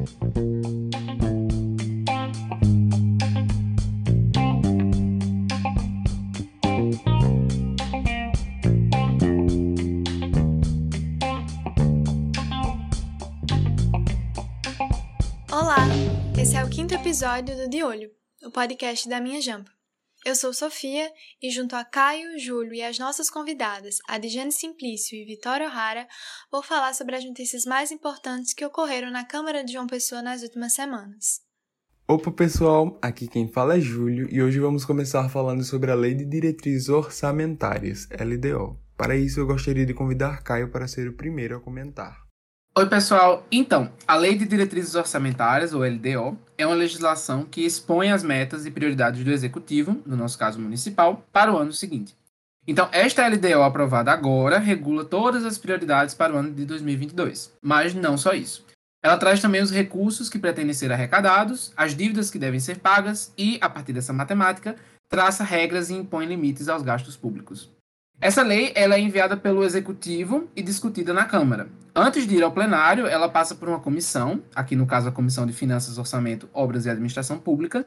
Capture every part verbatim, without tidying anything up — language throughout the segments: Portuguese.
Olá, esse é o quinto episódio do De Olho, o podcast da Minha Jampa. Eu sou Sofia e junto a Caio, Júlio e as nossas convidadas, Adjane Simplício e Vitória O'Hara, vou falar sobre as notícias mais importantes que ocorreram na Câmara de João Pessoa nas últimas semanas. Opa pessoal, aqui quem fala é Júlio e hoje vamos começar falando sobre a Lei de Diretrizes Orçamentárias, L D O. Para isso eu gostaria de convidar Caio para ser o primeiro a comentar. Oi pessoal, então, a Lei de Diretrizes Orçamentárias, ou L D O, é uma legislação que expõe as metas e prioridades do Executivo, no nosso caso municipal, para o ano seguinte. Então, esta L D O aprovada agora regula todas as prioridades para o ano de dois mil e vinte e dois, mas não só isso. Ela traz também os recursos que pretendem ser arrecadados, as dívidas que devem ser pagas e, a partir dessa matemática, traça regras e impõe limites aos gastos públicos. Essa lei ela é enviada pelo Executivo e discutida na Câmara. Antes de ir ao plenário, ela passa por uma comissão, aqui no caso a Comissão de Finanças, Orçamento, Obras e Administração Pública,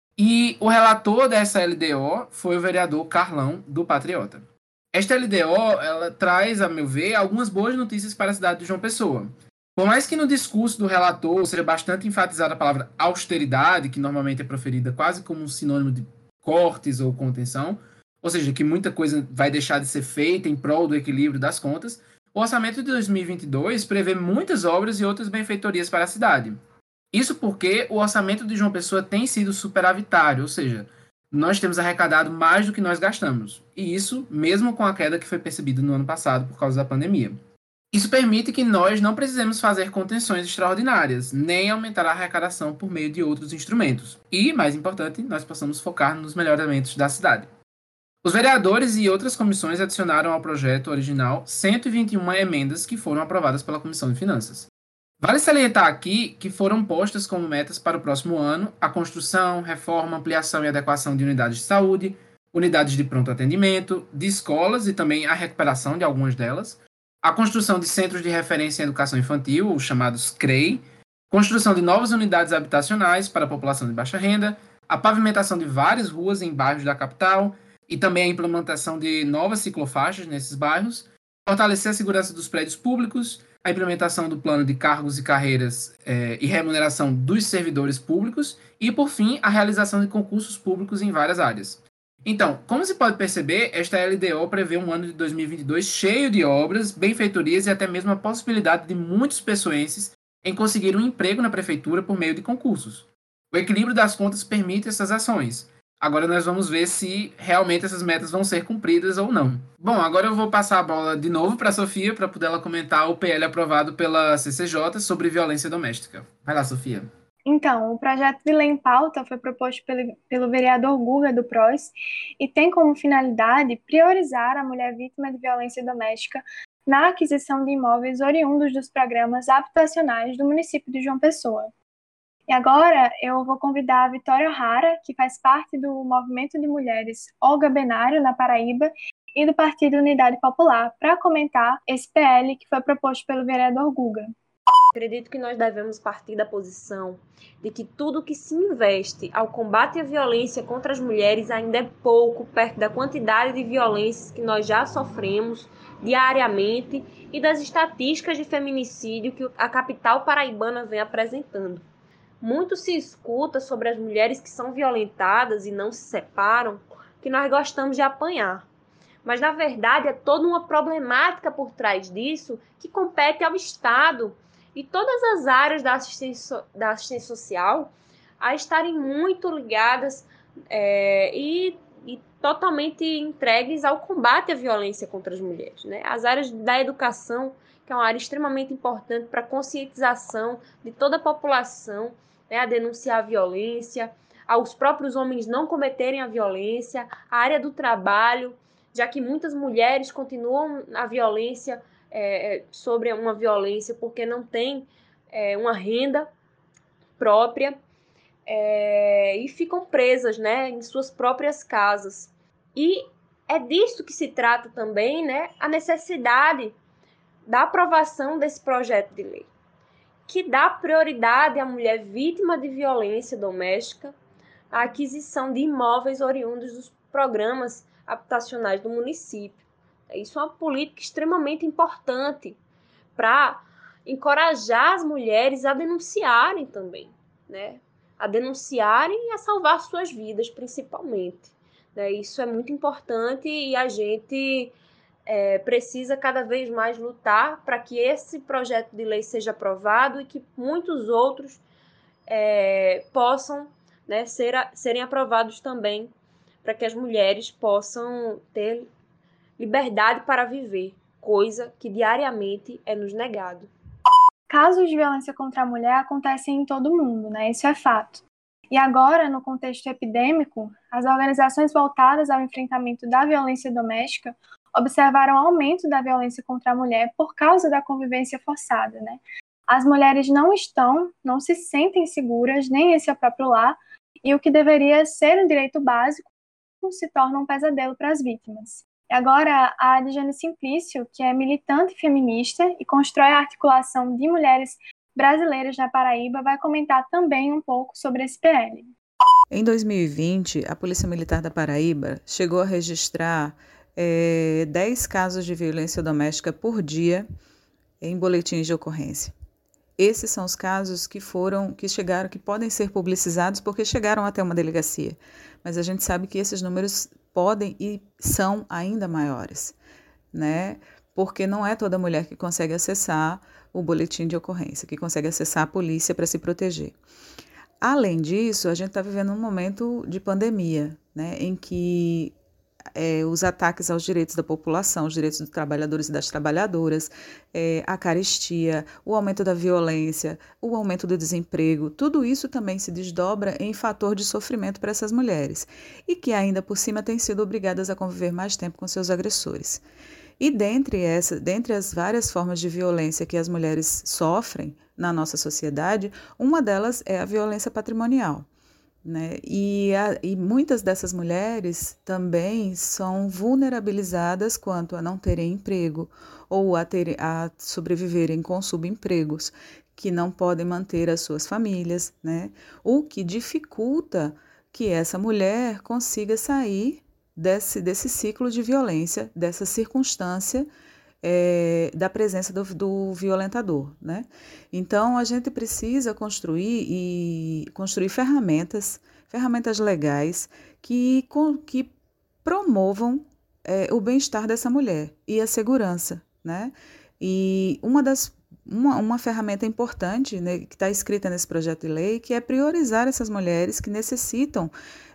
e o relator dessa L D O foi o vereador Carlão, do Patriota. Esta L D O ela traz, a meu ver, algumas boas notícias para a cidade de João Pessoa. Por mais que no discurso do relator seja bastante enfatizada a palavra austeridade, que normalmente é proferida quase como um sinônimo de cortes ou contenção, ou seja, que muita coisa vai deixar de ser feita em prol do equilíbrio das contas, o orçamento de dois mil e vinte e dois prevê muitas obras e outras benfeitorias para a cidade. Isso porque o orçamento de João Pessoa tem sido superavitário, ou seja, nós temos arrecadado mais do que nós gastamos. E isso mesmo com a queda que foi percebida no ano passado por causa da pandemia. Isso permite que nós não precisemos fazer contenções extraordinárias, nem aumentar a arrecadação por meio de outros instrumentos. E, mais importante, nós possamos focar nos melhoramentos da cidade. Os vereadores e outras comissões adicionaram ao projeto original cento e vinte e uma emendas que foram aprovadas pela Comissão de Finanças. Vale salientar aqui que foram postas como metas para o próximo ano a construção, reforma, ampliação e adequação de unidades de saúde, unidades de pronto atendimento, de escolas e também a recuperação de algumas delas, a construção de centros de referência em educação infantil, os chamados C R E I, construção de novas unidades habitacionais para a população de baixa renda, a pavimentação de várias ruas em bairros da capital, e também a implementação de novas ciclofaixas nesses bairros, fortalecer a segurança dos prédios públicos, a implementação do plano de cargos e carreiras eh, e remuneração dos servidores públicos e, por fim, a realização de concursos públicos em várias áreas. Então, como se pode perceber, esta L D O prevê um ano de dois mil e vinte e dois cheio de obras, benfeitorias e até mesmo a possibilidade de muitos pessoenses em conseguir um emprego na prefeitura por meio de concursos. O equilíbrio das contas permite essas ações. Agora nós vamos ver se realmente essas metas vão ser cumpridas ou não. Bom, agora eu vou passar a bola de novo para a Sofia para poder ela comentar o P L aprovado pela C C J sobre violência doméstica. Vai lá, Sofia. Então, o projeto de lei em pauta foi proposto pelo, pelo vereador Guga, do P R O S, e tem como finalidade priorizar a mulher vítima de violência doméstica na aquisição de imóveis oriundos dos programas habitacionais do município de João Pessoa. E agora eu vou convidar a Vitória O'Hara, que faz parte do Movimento de Mulheres Olga Benário, na Paraíba, e do Partido Unidade Popular, para comentar esse P L que foi proposto pelo vereador Guga. Acredito que nós devemos partir da posição de que tudo que se investe ao combate à violência contra as mulheres ainda é pouco perto da quantidade de violências que nós já sofremos diariamente e das estatísticas de feminicídio que a capital paraibana vem apresentando. Muito se escuta sobre as mulheres que são violentadas e não se separam, que nós gostamos de apanhar. Mas, na verdade, é toda uma problemática por trás disso que compete ao Estado e todas as áreas da assistência, da assistência social a estarem muito ligadas é, e, e totalmente entregues ao combate à violência contra as mulheres, né? As áreas da educação, que é uma área extremamente importante para a conscientização de toda a população, né, a denunciar a violência, aos próprios homens não cometerem a violência, a área do trabalho, já que muitas mulheres continuam a violência, é, sobre uma violência porque não tem é, uma renda própria é, e ficam presas, né, em suas próprias casas. E é disso que se trata também, né, a necessidade da aprovação desse projeto de lei. que dá prioridade à mulher vítima de violência doméstica à aquisição de imóveis oriundos dos programas habitacionais do município. Isso é uma política extremamente importante para encorajar as mulheres a denunciarem também, né? A denunciarem e a salvar suas vidas, principalmente. Né? Isso é muito importante e a gente é, precisa cada vez mais lutar para que esse projeto de lei seja aprovado e que muitos outros é, possam, né, ser, serem aprovados também, para que as mulheres possam ter liberdade para viver, coisa que diariamente é nos negado. Casos de violência contra a mulher acontecem em todo o mundo, né? Isso é fato. E agora, no contexto epidêmico, as organizações voltadas ao enfrentamento da violência doméstica observaram aumento da violência contra a mulher por causa da convivência forçada, né? As mulheres não estão, não se sentem seguras nem em seu próprio lar, e o que deveria ser um direito básico se torna um pesadelo para as vítimas. E agora, a Adjane Simplício, que é militante feminista e constrói a articulação de mulheres brasileiras na Paraíba, vai comentar também um pouco sobre esse P L. Em dois mil e vinte, a Polícia Militar da Paraíba chegou a registrar é, dez casos de violência doméstica por dia em boletins de ocorrência. Esses são os casos que foram, que chegaram, que podem ser publicizados porque chegaram até uma delegacia. Mas a gente sabe que esses números podem e são ainda maiores, né? Porque não é toda mulher que consegue acessar o boletim de ocorrência, que consegue acessar a polícia para se proteger. Além disso, a gente está vivendo um momento de pandemia, né? Em que É, os ataques aos direitos da população, os direitos dos trabalhadores e das trabalhadoras, é, a carestia, o aumento da violência, o aumento do desemprego, tudo isso também se desdobra em fator de sofrimento para essas mulheres e que ainda por cima têm sido obrigadas a conviver mais tempo com seus agressores. E dentre, essa, dentre as várias formas de violência que as mulheres sofrem na nossa sociedade, uma delas é a violência patrimonial. Né? E, a, e muitas dessas mulheres também são vulnerabilizadas quanto a não terem emprego ou a, ter, a sobreviverem com subempregos, que não podem manter as suas famílias, né? O que dificulta que essa mulher consiga sair desse, desse ciclo de violência, dessa circunstância É, da presença do, do violentador, né? Então, a gente precisa construir e construir ferramentas, ferramentas legais que, com, que promovam é, o bem-estar dessa mulher e a segurança, né? E uma das uma, uma ferramenta importante, né, que está escrita nesse projeto de lei, que é priorizar essas mulheres que necessitam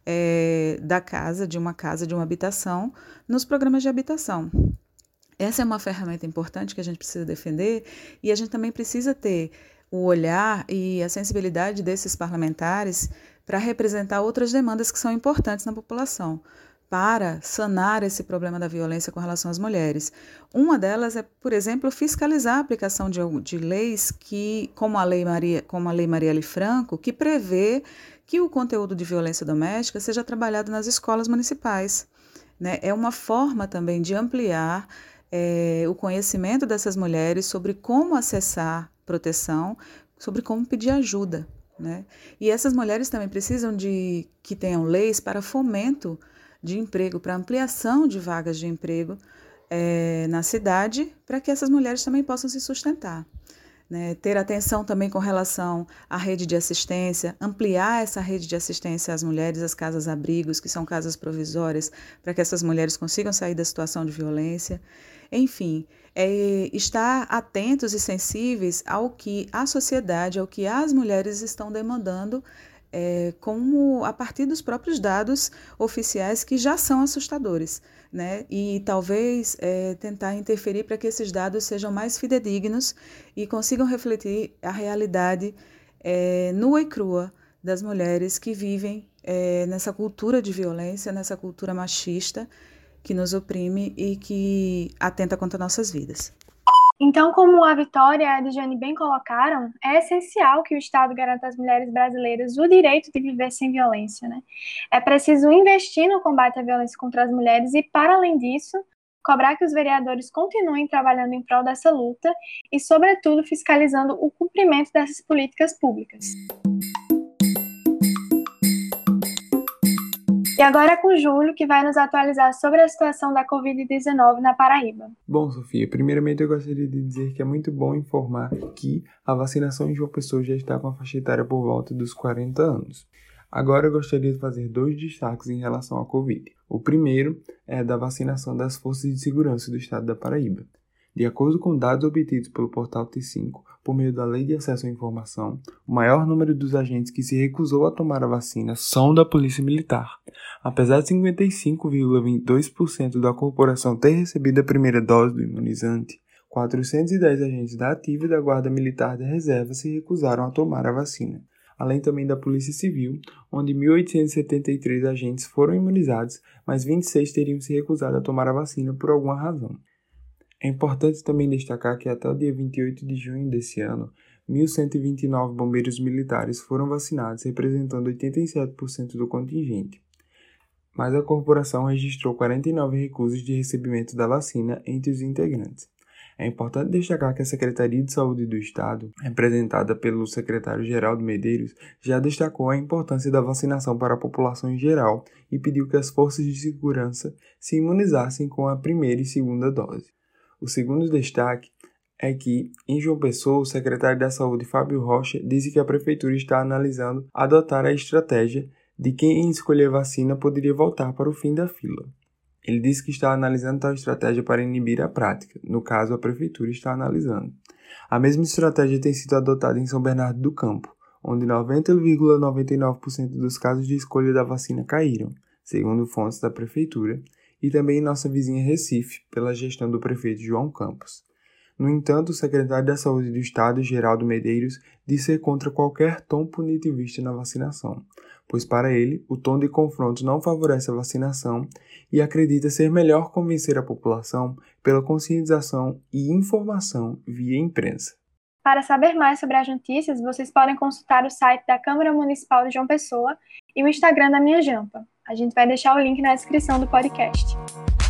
é, da casa, de uma casa, de uma habitação, nos programas de habitação. Essa é uma ferramenta importante que a gente precisa defender e a gente também precisa ter o olhar e a sensibilidade desses parlamentares para representar outras demandas que são importantes na população, para sanar esse problema da violência com relação às mulheres. Uma delas é, por exemplo, fiscalizar a aplicação de, de leis que, como a Lei Maria, como a Lei Marielle Franco, que prevê que o conteúdo de violência doméstica seja trabalhado nas escolas municipais. Né? É uma forma também de ampliar É, o conhecimento dessas mulheres sobre como acessar proteção, sobre como pedir ajuda, né? E essas mulheres também precisam de que tenham leis para fomento de emprego, para ampliação de vagas de emprego é, na cidade, para que essas mulheres também possam se sustentar. Né, ter atenção também com relação à rede de assistência, ampliar essa rede de assistência às mulheres, às casas-abrigos, que são casas provisórias, para que essas mulheres consigam sair da situação de violência. Enfim, é, estar atentos e sensíveis ao que a sociedade, ao que as mulheres estão demandando, é, como a partir dos próprios dados oficiais que já são assustadores. Né? E talvez é, tentar interferir para que esses dados sejam mais fidedignos e consigam refletir a realidade é, nua e crua das mulheres que vivem é, nessa cultura de violência, nessa cultura machista que nos oprime e que atenta contra nossas vidas. Então, como a Vitória e a Adjane bem colocaram, é essencial que o Estado garanta às mulheres brasileiras o direito de viver sem violência, né? É preciso investir no combate à violência contra as mulheres e, para além disso, cobrar que os vereadores continuem trabalhando em prol dessa luta e, sobretudo, fiscalizando o cumprimento dessas políticas públicas. E agora é com o Júlio, que vai nos atualizar sobre a situação da covid dezenove na Paraíba. Bom, Sofia, primeiramente eu gostaria de dizer que é muito bom informar que a vacinação em João Pessoa já está com a faixa etária por volta dos quarenta anos. Agora eu gostaria de fazer dois destaques em relação à Covid. O primeiro é da vacinação das Forças de Segurança do Estado da Paraíba. De acordo com dados obtidos pelo portal T cinco, por meio da Lei de Acesso à Informação, o maior número dos agentes que se recusou a tomar a vacina são da Polícia Militar. Apesar de cinquenta e cinco vírgula vinte e dois por cento da corporação ter recebido a primeira dose do imunizante, quatrocentos e dez agentes da Ativa e da Guarda Militar da Reserva se recusaram a tomar a vacina, além também da Polícia Civil, onde mil oitocentos e setenta e três agentes foram imunizados, mas vinte e seis teriam se recusado a tomar a vacina por alguma razão. É importante também destacar que até o dia vinte e oito de junho desse ano, mil cento e vinte e nove bombeiros militares foram vacinados, representando oitenta e sete por cento do contingente. Mas a corporação registrou quarenta e nove recusas de recebimento da vacina entre os integrantes. É importante destacar que a Secretaria de Saúde do Estado, representada pelo secretário-geral do Medeiros, já destacou a importância da vacinação para a população em geral e pediu que as forças de segurança se imunizassem com a primeira e segunda dose. O segundo destaque é que, em João Pessoa, o secretário da Saúde, Fábio Rocha, disse que a Prefeitura está analisando adotar a estratégia de quem escolher vacina poderia voltar para o fim da fila. Ele disse que está analisando tal estratégia para inibir a prática. No caso, a Prefeitura está analisando. A mesma estratégia tem sido adotada em São Bernardo do Campo, onde noventa vírgula noventa e nove por cento dos casos de escolha da vacina caíram, segundo fontes da Prefeitura, e também em nossa vizinha Recife, pela gestão do prefeito João Campos. No entanto, o secretário da Saúde do Estado, Geraldo Medeiros, disse ser contra qualquer tom punitivista na vacinação, pois para ele, o tom de confronto não favorece a vacinação e acredita ser melhor convencer a população pela conscientização e informação via imprensa. Para saber mais sobre as notícias, vocês podem consultar o site da Câmara Municipal de João Pessoa e o Instagram da Minha Jampa. A gente vai deixar o link na descrição do podcast.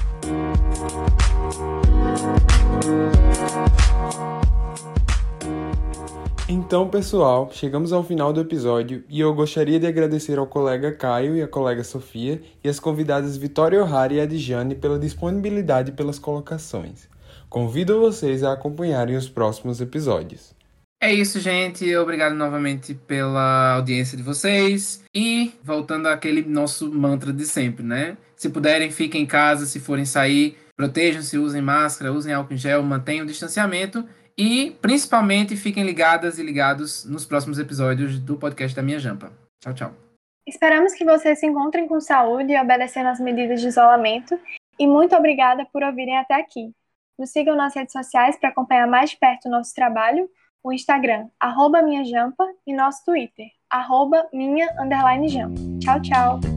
Então, pessoal, chegamos ao final do episódio e eu gostaria de agradecer ao colega Caio e à colega Sofia e às convidadas Vitória O'Hara e Adjane pela disponibilidade e pelas colocações. Convido vocês a acompanharem os próximos episódios. É isso, gente. Obrigado novamente pela audiência de vocês. E voltando àquele nosso mantra de sempre, né? Se puderem, fiquem em casa. Se forem sair, protejam-se, usem máscara, usem álcool em gel, mantenham o distanciamento. E, principalmente, fiquem ligadas e ligados nos próximos episódios do podcast da Minha Jampa. Tchau, tchau. Esperamos que vocês se encontrem com saúde e obedecendo às medidas de isolamento. E muito obrigada por ouvirem até aqui. Nos sigam nas redes sociais para acompanhar mais de perto o nosso trabalho. O Instagram, arroba minha jampa, e nosso Twitter, arroba minha underline jampa. Tchau, tchau!